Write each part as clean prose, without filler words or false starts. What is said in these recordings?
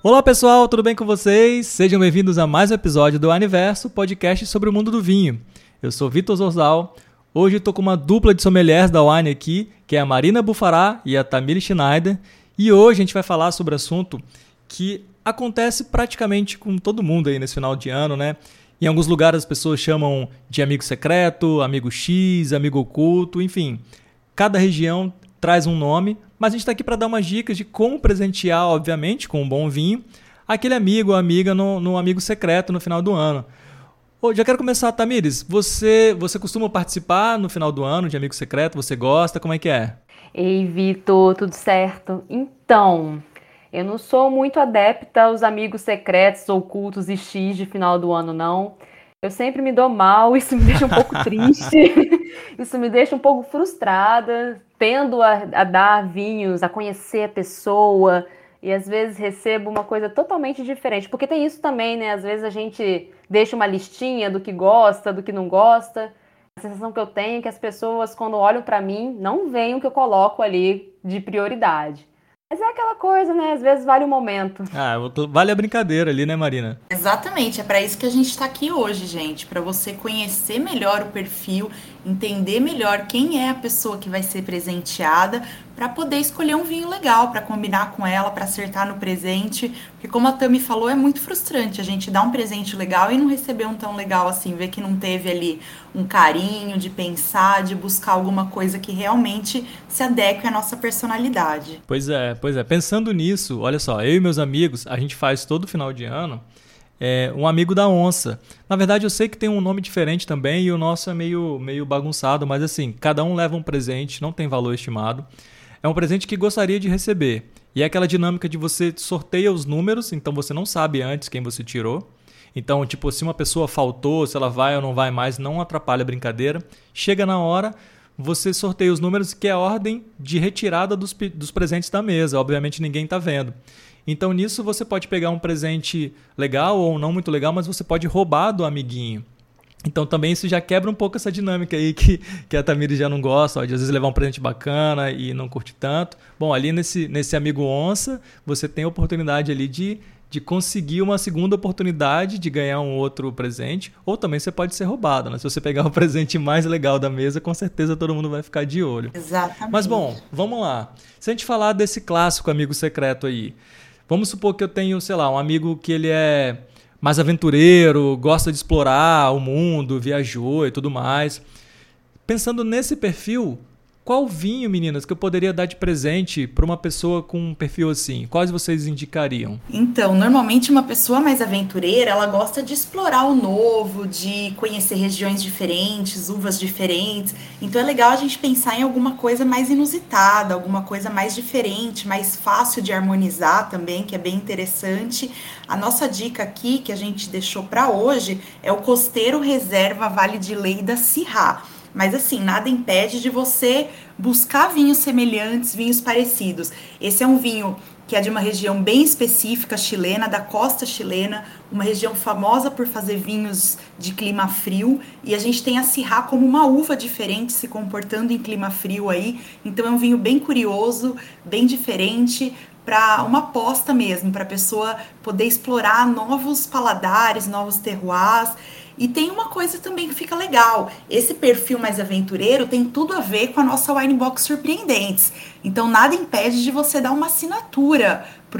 Olá pessoal, tudo bem com vocês? Sejam bem-vindos a mais um episódio do Aniverso, podcast sobre o mundo do vinho. Eu sou Vitor Zorzal. Hoje estou com uma dupla de sommeliers da Wine aqui, que é a Marina Bufará e a Tamiri Schneider. E hoje a gente vai falar sobre um assunto que acontece praticamente com todo mundo aí nesse final de ano, né? Em alguns lugares as pessoas chamam de amigo secreto, amigo X, amigo oculto, enfim. Cada região traz um nome, mas a gente está aqui para dar umas dicas de como presentear, obviamente, com um bom vinho, aquele amigo ou amiga no amigo secreto no final do ano. Já quero começar, Tamires. Você costuma participar no final do ano de amigo secreto? Você gosta? Como é que é? Ei, Vitor, tudo certo? Então, eu não sou muito adepta aos amigos secretos, ocultos e X de final do ano, não. Eu sempre me dou mal, isso me deixa um pouco triste, isso me deixa um pouco frustrada, tendo a dar vinhos, a conhecer a pessoa, e às vezes recebo uma coisa totalmente diferente. Porque tem isso também, né? Às vezes a gente deixa uma listinha do que gosta, do que não gosta. A sensação que eu tenho é que as pessoas, quando olham para mim, não veem o que eu coloco ali de prioridade. Mas é aquela coisa, né? Às vezes vale o momento. Vale a brincadeira ali, né, Marina? Exatamente, é para isso que a gente está aqui hoje, gente, para você conhecer melhor o perfil, entender melhor quem é a pessoa que vai ser presenteada, para poder escolher um vinho legal, para combinar com ela, para acertar no presente, porque como a Tami falou, é muito frustrante a gente dar um presente legal e não receber um tão legal assim, ver que não teve ali um carinho de pensar, de buscar alguma coisa que realmente se adeque à nossa personalidade. Pois é. Pensando nisso, olha só, eu e meus amigos, a gente faz todo final de ano um amigo da onça. Na verdade, eu sei que tem um nome diferente também e o nosso é meio bagunçado, mas assim, cada um leva um presente, não tem valor estimado. É um presente que gostaria de receber. E é aquela dinâmica de você sorteia os números, então você não sabe antes quem você tirou. Então, tipo, se uma pessoa faltou, se ela vai ou não vai mais, não atrapalha a brincadeira. Chega na hora, você sorteia os números, que é a ordem de retirada dos presentes da mesa. Obviamente ninguém está vendo. Então nisso você pode pegar um presente legal ou não muito legal, mas você pode roubar do amiguinho. Então também isso já quebra um pouco essa dinâmica aí que a Tamiri já não gosta, de às vezes levar um presente bacana e não curte tanto. Bom, ali nesse amigo onça, você tem a oportunidade ali de conseguir uma segunda oportunidade de ganhar um outro presente, ou também você pode ser roubado, né? Se você pegar o presente mais legal da mesa, com certeza todo mundo vai ficar de olho. Exatamente. Mas bom, vamos lá. Se a gente falar desse clássico amigo secreto aí, vamos supor que eu tenho, sei lá, um amigo que ele é mais aventureiro, gosta de explorar o mundo, viajou e tudo mais. Pensando nesse perfil, qual vinho, meninas, que eu poderia dar de presente para uma pessoa com um perfil assim? Quais vocês indicariam? Então, normalmente uma pessoa mais aventureira, ela gosta de explorar o novo, de conhecer regiões diferentes, uvas diferentes. Então é legal a gente pensar em alguma coisa mais inusitada, alguma coisa mais diferente, mais fácil de harmonizar também, que é bem interessante. A nossa dica aqui, que a gente deixou para hoje, é o Costeiro Reserva Vale de Leyda Syrah. Mas assim, nada impede de você buscar vinhos semelhantes, vinhos parecidos. Esse é um vinho que é de uma região bem específica chilena, da costa chilena, uma região famosa por fazer vinhos de clima frio, e a gente tem a Syrah como uma uva diferente se comportando em clima frio aí. Então é um vinho bem curioso, bem diferente, para uma aposta mesmo, para a pessoa poder explorar novos paladares, novos terroirs. E tem uma coisa também que fica legal, esse perfil mais aventureiro tem tudo a ver com a nossa Wine Box Surpreendentes. Então nada impede de você dar uma assinatura pro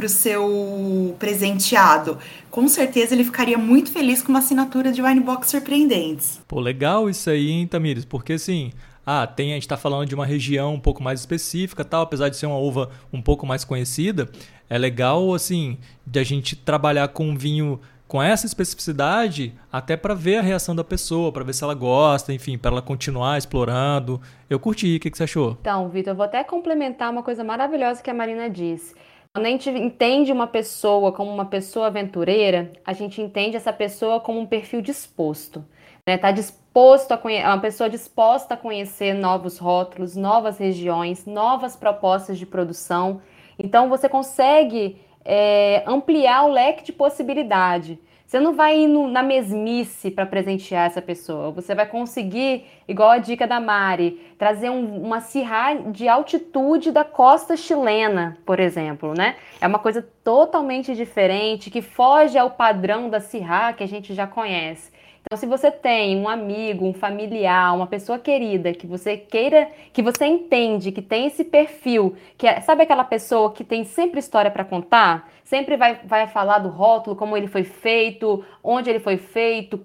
seu presenteado. Com certeza ele ficaria muito feliz com uma assinatura de Wine Box Surpreendentes. Pô, legal isso aí, hein, Tamires? Porque assim, a gente está falando de uma região um pouco mais específica, tal, apesar de ser uma uva um pouco mais conhecida, é legal assim de a gente trabalhar com um vinho com essa especificidade, até para ver a reação da pessoa, para ver se ela gosta, enfim, para ela continuar explorando. Eu curti, o que você achou? Então, Vitor, eu vou até complementar uma coisa maravilhosa que a Marina disse. Quando a gente entende uma pessoa como uma pessoa aventureira, a gente entende essa pessoa como um perfil disposto, né? Tá disposto uma pessoa disposta a conhecer novos rótulos, novas regiões, novas propostas de produção. Então, você consegue ampliar o leque de possibilidade. Você não vai ir na mesmice para presentear essa pessoa. Você vai conseguir, igual a dica da Mari, trazer uma Syrah de altitude da costa chilena, por exemplo, né? É uma coisa totalmente diferente, que foge ao padrão da Syrah que a gente já conhece. Então, se você tem um amigo, um familiar, uma pessoa querida que você queira, que você entende, que tem esse perfil, sabe aquela pessoa que tem sempre história para contar? Sempre vai falar do rótulo, como ele foi feito, onde ele foi feito,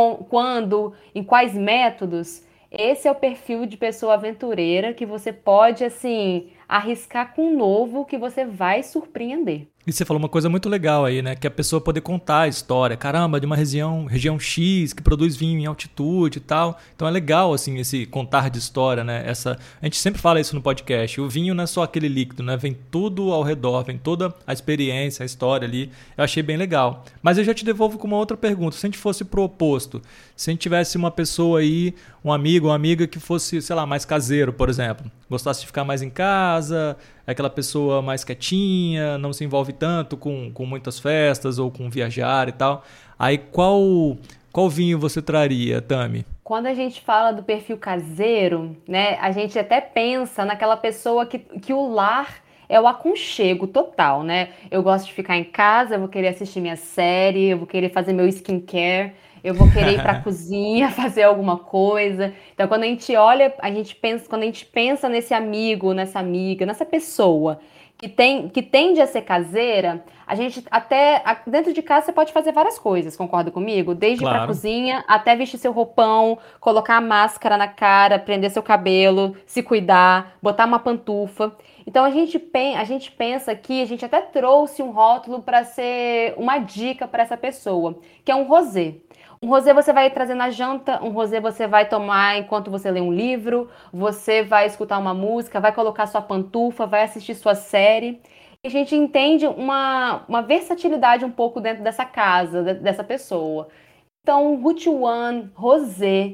quando, em quais métodos. Esse é o perfil de pessoa aventureira que você pode, assim, arriscar com um novo que você vai surpreender. E você falou uma coisa muito legal aí, né? Que a pessoa poder contar a história. Caramba, de uma região X que produz vinho em altitude e tal. Então é legal, assim, esse contar de história, né? A gente sempre fala isso no podcast. O vinho não é só aquele líquido, né? Vem tudo ao redor, vem toda a experiência, a história ali. Eu achei bem legal. Mas eu já te devolvo com uma outra pergunta. Se a gente fosse pro oposto, se a gente tivesse uma pessoa aí, um amigo, uma amiga que fosse, sei lá, mais caseiro, por exemplo. Gostasse de ficar mais em casa, aquela pessoa mais quietinha, não se envolve tanto com muitas festas ou com viajar e tal. Aí qual vinho você traria, Tami? Quando a gente fala do perfil caseiro, né, a gente até pensa naquela pessoa que o lar é o aconchego total, né? Eu gosto de ficar em casa, eu vou querer assistir minha série, eu vou querer fazer meu skincare, eu vou querer ir para a cozinha, fazer alguma coisa. Então, quando a gente olha, quando a gente pensa nesse amigo, nessa amiga, nessa pessoa que tende a ser caseira, a gente até dentro de casa você pode fazer várias coisas, concorda comigo? Desde ir para a cozinha até vestir seu roupão, colocar a máscara na cara, prender seu cabelo, se cuidar, botar uma pantufa. Então a gente pensa aqui, a gente até trouxe um rótulo para ser uma dica para essa pessoa, que é um rosé. Um rosé você vai trazer na janta, um rosé você vai tomar enquanto você lê um livro, você vai escutar uma música, vai colocar sua pantufa, vai assistir sua série. E a gente entende uma versatilidade um pouco dentro dessa casa, dessa pessoa. Então, o Route One Rosé,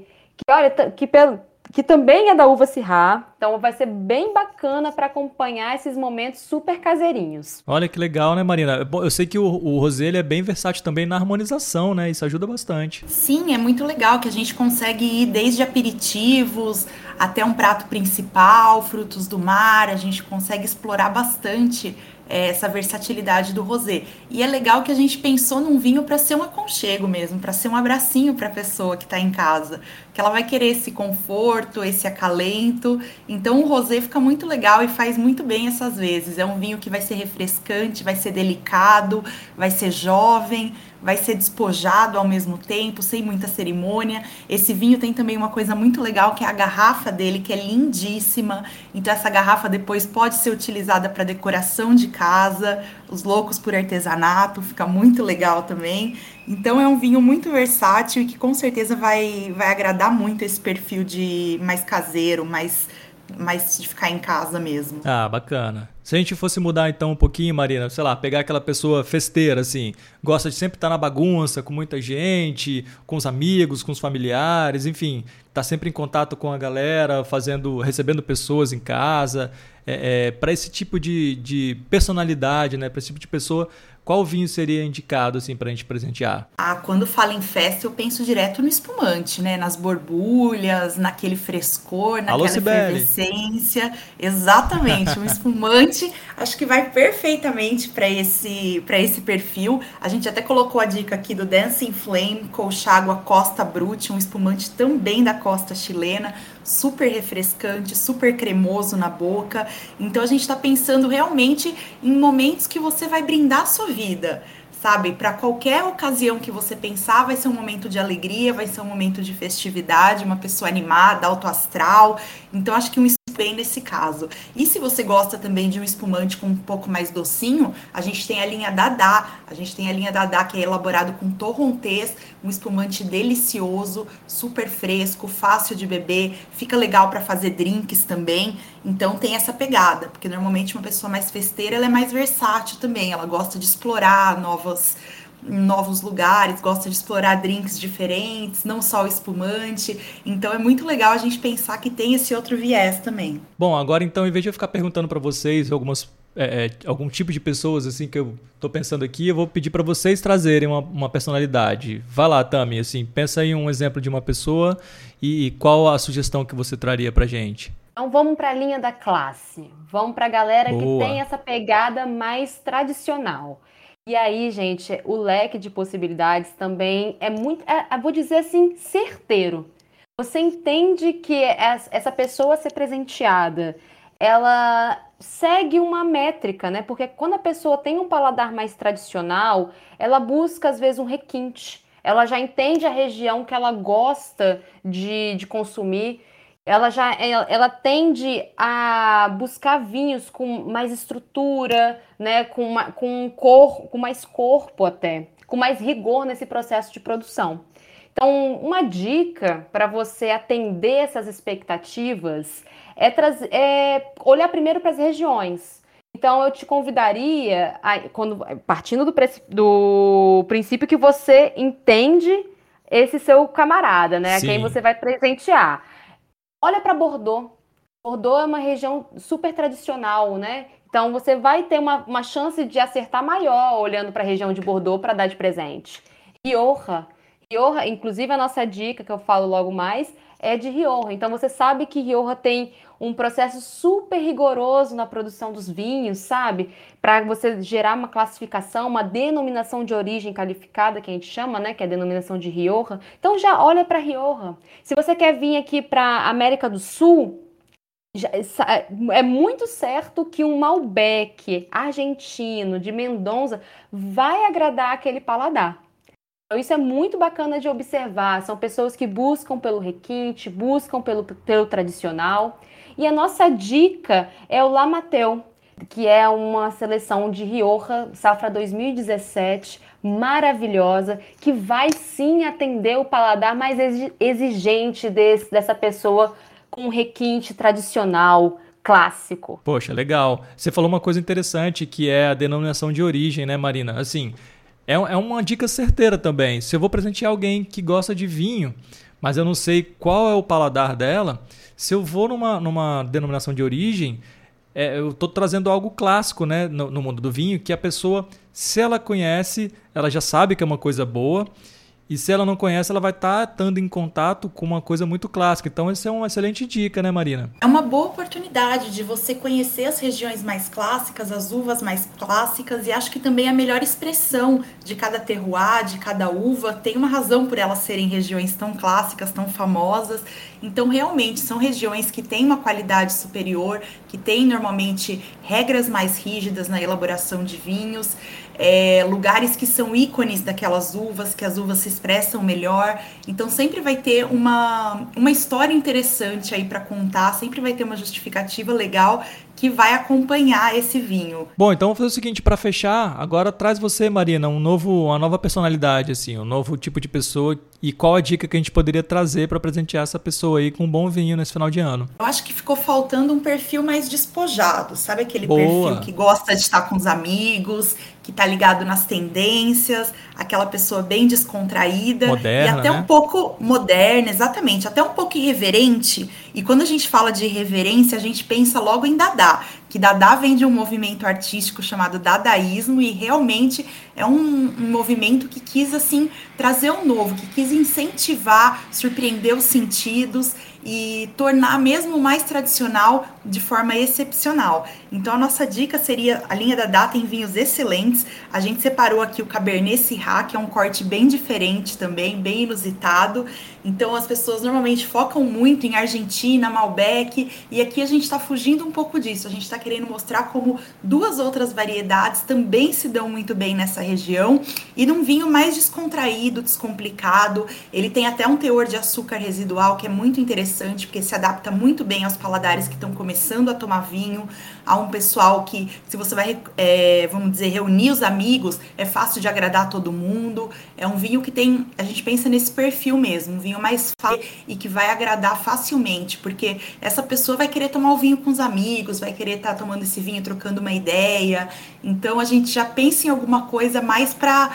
que também é da uva Syrah, então vai ser bem bacana para acompanhar esses momentos super caseirinhos. Olha que legal, né, Marina? Eu sei que o rosé ele é bem versátil também na harmonização, né? Isso ajuda bastante. Sim, é muito legal que a gente consegue ir desde aperitivos até um prato principal, frutos do mar, a gente consegue explorar bastante essa versatilidade do rosé. E é legal que a gente pensou num vinho para ser um aconchego mesmo, para ser um abracinho para a pessoa que está em casa, que ela vai querer esse conforto, esse acalento. Então o rosé fica muito legal e faz muito bem essas vezes. É um vinho que vai ser refrescante, vai ser delicado, vai ser jovem, vai ser despojado ao mesmo tempo, sem muita cerimônia. Esse vinho tem também uma coisa muito legal, que é a garrafa dele, que é lindíssima. Então essa garrafa depois pode ser utilizada para decoração de casa, os loucos por artesanato, fica muito legal também. Então é um vinho muito versátil e que com certeza vai agradar muito esse perfil de mais caseiro, mais de ficar em casa mesmo. Ah, bacana. Se a gente fosse mudar então um pouquinho, Marina, sei lá, pegar aquela pessoa festeira, assim, gosta de sempre estar na bagunça, com muita gente, com os amigos, com os familiares, enfim, tá sempre em contato com a galera, recebendo pessoas em casa, para esse tipo de personalidade, né, para esse tipo de pessoa, qual vinho seria indicado assim pra gente presentear? Quando fala em festa, eu penso direto no espumante, né? Nas borbulhas, naquele frescor, naquela efervescência. Exatamente, um espumante, acho que vai perfeitamente para esse perfil. A gente até colocou a dica aqui do Dancing Flame Colchagua Costa Brute, um espumante também da costa chilena, super refrescante, super cremoso na boca. Então a gente está pensando realmente em momentos que você vai brindar a sua vida, sabe? Para qualquer ocasião que você pensar, vai ser um momento de alegria, vai ser um momento de festividade, uma pessoa animada, alto astral. Então acho que bem nesse caso. E se você gosta também de um espumante com um pouco mais docinho, a gente tem a linha Dadá. A gente tem a linha Dadá, que é elaborado com torrontés, um espumante delicioso, super fresco, fácil de beber, fica legal para fazer drinks também. Então tem essa pegada, porque normalmente uma pessoa mais festeira, ela é mais versátil também, ela gosta de explorar novos lugares, gosta de explorar drinks diferentes, não só o espumante. Então é muito legal a gente pensar que tem esse outro viés também. Bom, agora então, em vez de eu ficar perguntando para vocês algumas algum tipo de pessoas assim que eu tô pensando aqui, eu vou pedir para vocês trazerem uma personalidade. Vai lá, Tami, assim, pensa aí um exemplo de uma pessoa e qual a sugestão que você traria pra gente. Então vamos para a linha da classe. Vamos para a galera que Boa. tem essa pegada mais tradicional. E aí, gente, o leque de possibilidades também é muito, vou dizer assim, certeiro. Você entende que essa pessoa a ser presenteada, ela segue uma métrica, né? Porque quando a pessoa tem um paladar mais tradicional, ela busca às vezes um requinte. Ela já entende a região que ela gosta de consumir. Ela tende a buscar vinhos com mais estrutura, né, com mais corpo até, com mais rigor nesse processo de produção. Então, uma dica para você atender essas expectativas é olhar primeiro para as regiões. Então, eu te convidaria, partindo do princípio que você entende esse seu camarada, né, a quem você vai presentear. Olha para Bordeaux. Bordeaux é uma região super tradicional, né? Então você vai ter uma chance de acertar maior olhando para a região de Bordeaux para dar de presente. Rioja, inclusive a nossa dica que eu falo logo mais é de Rioja. Então você sabe que Rioja tem um processo super rigoroso na produção dos vinhos, sabe? Para você gerar uma classificação, uma denominação de origem qualificada, que a gente chama, né? Que é a denominação de Rioja. Então já olha para Rioja. Se você quer vir aqui para América do Sul, é muito certo que um Malbec argentino de Mendoza vai agradar aquele paladar. Então, isso é muito bacana de observar. São pessoas que buscam pelo requinte, buscam pelo tradicional. E a nossa dica é o La Mateo, que é uma seleção de Rioja, safra 2017, maravilhosa, que vai sim atender o paladar mais exigente dessa pessoa com requinte tradicional, clássico. Poxa, legal. Você falou uma coisa interessante, que é a denominação de origem, né, Marina? Assim, é uma dica certeira também. Se eu vou presentear alguém que gosta de vinho, mas eu não sei qual é o paladar dela, se eu vou numa denominação de origem, eu estou trazendo algo clássico, né, no mundo do vinho, que a pessoa, se ela conhece, ela já sabe que é uma coisa boa, e se ela não conhece, ela vai estar estando em contato com uma coisa muito clássica. Então, essa é uma excelente dica, né, Marina? É uma boa oportunidade de você conhecer as regiões mais clássicas, as uvas mais clássicas, e acho que também a melhor expressão de cada terroir, de cada uva, tem uma razão por elas serem regiões tão clássicas, tão famosas. Então, realmente, são regiões que têm uma qualidade superior, que têm, normalmente, regras mais rígidas na elaboração de vinhos, lugares que são ícones daquelas uvas, que as uvas se expressam melhor. Então sempre vai ter uma história interessante aí para contar, sempre vai ter uma justificativa legal que vai acompanhar esse vinho. Bom, então vamos fazer o seguinte, para fechar, agora traz você, Marina, uma nova personalidade, assim, um novo tipo de pessoa, e qual a dica que a gente poderia trazer para presentear essa pessoa aí com um bom vinho nesse final de ano? Eu acho que ficou faltando um perfil mais despojado, sabe aquele Boa. perfil que gosta de estar com os amigos, que tá ligado nas tendências, aquela pessoa bem descontraída, moderna, e até né? Um pouco moderna, exatamente, até um pouco irreverente. E quando a gente fala de irreverência, a gente pensa logo em Dada, que Dada vem de um movimento artístico chamado dadaísmo, e realmente é um movimento que quis assim trazer um novo, que quis incentivar, surpreender os sentidos e tornar mesmo mais tradicional de forma excepcional. Então a nossa dica seria, a linha Dada tem vinhos excelentes, a gente separou aqui o Cabernet Syrah, que é um corte bem diferente também, bem inusitado. Então as pessoas normalmente focam muito em Argentina, Malbec, e aqui a gente está fugindo um pouco disso, a gente está querendo mostrar como duas outras variedades também se dão muito bem nessa região, e num vinho mais descontraído, descomplicado. Ele tem até um teor de açúcar residual que é muito interessante, porque se adapta muito bem aos paladares que estão começando a tomar vinho, a um pessoal que, se você vai, vamos dizer, reunir os amigos, é fácil de agradar todo mundo. É um vinho que tem, a gente pensa nesse perfil mesmo, um vinho mais fácil e que vai agradar facilmente, porque essa pessoa vai querer tomar o vinho com os amigos, vai querer estar tomando esse vinho, trocando uma ideia. Então a gente já pensa em alguma coisa mais para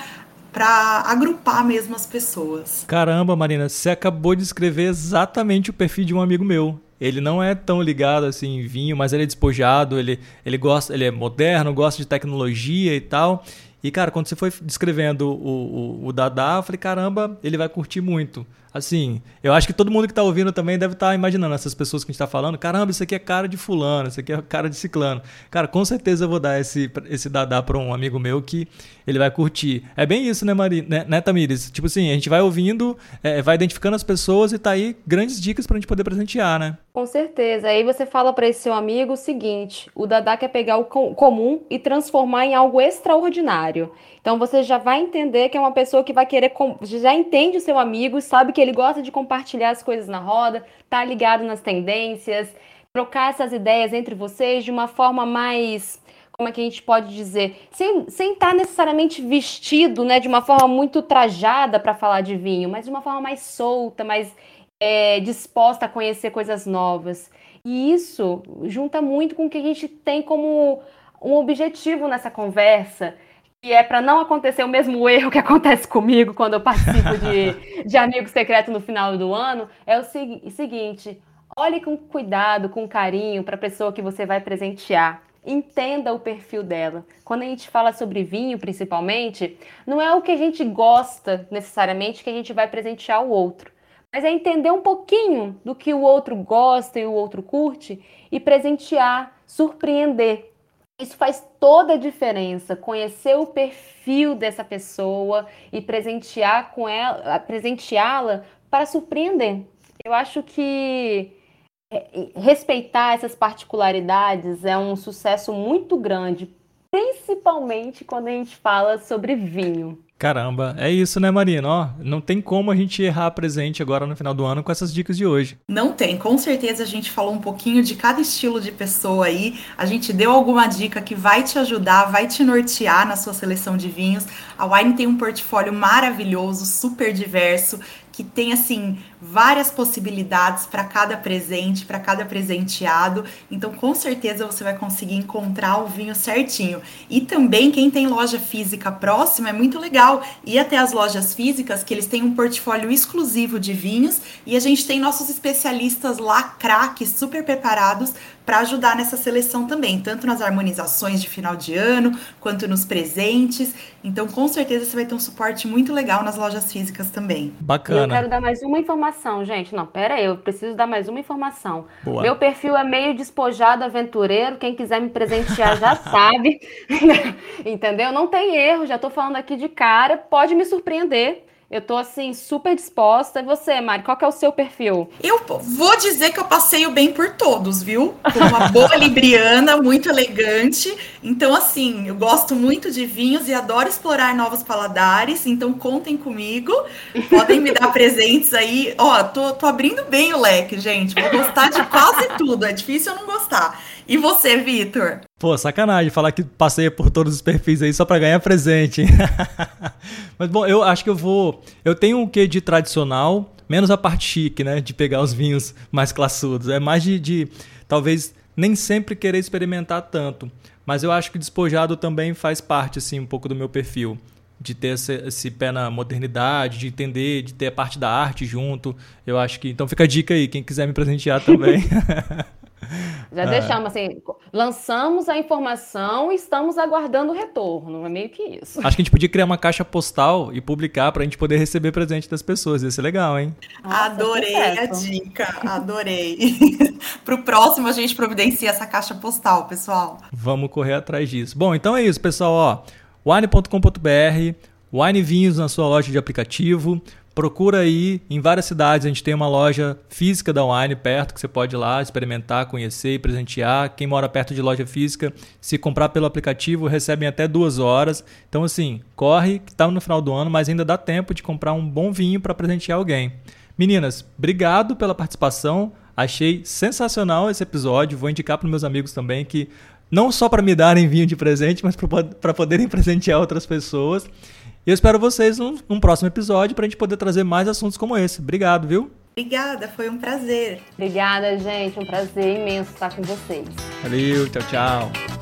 agrupar mesmo as pessoas. Caramba, Marina, você acabou de escrever exatamente o perfil de um amigo meu. ele não é tão ligado assim em vinho, mas ele é despojado, ele gosta, ele é moderno, gosta de tecnologia e tal. E, cara, quando você foi descrevendo o Dadá, eu falei, caramba, ele vai curtir muito. Assim, eu acho que todo mundo que tá ouvindo também deve estar imaginando essas pessoas que a gente tá falando. Caramba, isso aqui é cara de fulano, isso aqui é cara de ciclano. Cara, com certeza eu vou dar esse Dadá pra um amigo meu que ele vai curtir. É bem isso, né, né, Tamires? Tipo assim, a gente vai ouvindo, vai identificando as pessoas e tá aí grandes dicas pra gente poder presentear, né? Com certeza. Aí você fala para esse seu amigo o seguinte: o Dadá quer pegar o comum e transformar em algo extraordinário. Então você já vai entender que é uma pessoa que vai querer, já entende o seu amigo, sabe que ele gosta de compartilhar as coisas na roda, tá ligado nas tendências, trocar essas ideias entre vocês de uma forma mais, como é que a gente pode dizer, sem estar necessariamente vestido, né, de uma forma muito trajada para falar de vinho, mas de uma forma mais solta, mais disposta a conhecer coisas novas. E isso junta muito com o que a gente tem como um objetivo nessa conversa, que é para não acontecer o mesmo erro que acontece comigo quando eu participo de Amigo Secreto no final do ano, é o seguinte: olhe com cuidado, com carinho para a pessoa que você vai presentear. Entenda o perfil dela. Quando a gente fala sobre vinho, principalmente, não é o que a gente gosta necessariamente que a gente vai presentear o outro, mas é entender um pouquinho do que o outro gosta e o outro curte e presentear, surpreender. Isso faz toda a diferença, conhecer o perfil dessa pessoa e presenteá-la para surpreender. Eu acho que respeitar essas particularidades é um sucesso muito grande, principalmente quando a gente fala sobre vinho. Caramba, é isso, né, Marina? Ó, não tem como a gente errar presente agora no final do ano com essas dicas de hoje. Não tem, com certeza a gente falou um pouquinho de cada estilo de pessoa aí, a gente deu alguma dica que vai te ajudar, vai te nortear na sua seleção de vinhos. A Wine tem um portfólio maravilhoso, super diverso, que tem, assim, várias possibilidades para cada presente, para cada presenteado. Então, com certeza, você vai conseguir encontrar o vinho certinho. E também, quem tem loja física próxima, é muito legal ir até as lojas físicas, que eles têm um portfólio exclusivo de vinhos, e a gente tem nossos especialistas lá, craques, super preparados, para ajudar nessa seleção também, tanto nas harmonizações de final de ano, quanto nos presentes. Então, com certeza, você vai ter um suporte muito legal nas lojas físicas também. Bacana. Eu quero dar mais uma informação, gente. Não, pera aí, eu preciso dar mais uma informação. Boa. Meu perfil é meio despojado, aventureiro. Quem quiser me presentear já sabe. Entendeu? Não tem erro, já tô falando aqui de cara. Pode me surpreender. Eu tô, assim, super disposta. E você, Mari, qual que é o seu perfil? Eu vou dizer que eu passeio bem por todos, viu? Como uma boa libriana, muito elegante. Então, assim, eu gosto muito de vinhos e adoro explorar novos paladares. Então, contem comigo. Podem me dar presentes aí. Ó, tô abrindo bem o leque, gente. Vou gostar de quase tudo. É difícil eu não gostar. E você, Vitor? Pô, sacanagem falar que passeia por todos os perfis aí só pra ganhar presente. Mas, bom, eu acho que eu tenho um quê de tradicional, menos a parte chique, né? De pegar os vinhos mais classudos. É mais de talvez nem sempre querer experimentar tanto. Mas eu acho que despojado também faz parte, assim, um pouco do meu perfil. De ter esse pé na modernidade, de entender, de ter a parte da arte junto. Eu acho que... Então fica a dica aí, quem quiser me presentear também. Já deixamos, assim, lançamos a informação e estamos aguardando o retorno, é meio que isso. Acho que a gente podia criar uma caixa postal e publicar pra gente poder receber presente das pessoas, ia ser legal, hein? Nossa, adorei a dica, adorei. Pro próximo a gente providencia essa caixa postal, pessoal. Vamos correr atrás disso. Bom, então é isso, pessoal, ó, wine.com.br, Wine Vinhos na sua loja de aplicativo. Procura aí, em várias cidades a gente tem uma loja física da Wine perto, que você pode ir lá experimentar, conhecer e presentear. Quem mora perto de loja física, se comprar pelo aplicativo, recebem até 2 horas. Então assim, corre, que está no final do ano, mas ainda dá tempo de comprar um bom vinho para presentear alguém. Meninas, obrigado pela participação. Achei sensacional esse episódio. Vou indicar para meus amigos também, que não só para me darem vinho de presente, mas para poderem presentear outras pessoas. E eu espero vocês num próximo episódio para a gente poder trazer mais assuntos como esse. Obrigado, viu? Obrigada, foi um prazer. Obrigada, gente. Um prazer imenso estar com vocês. Valeu, tchau, tchau.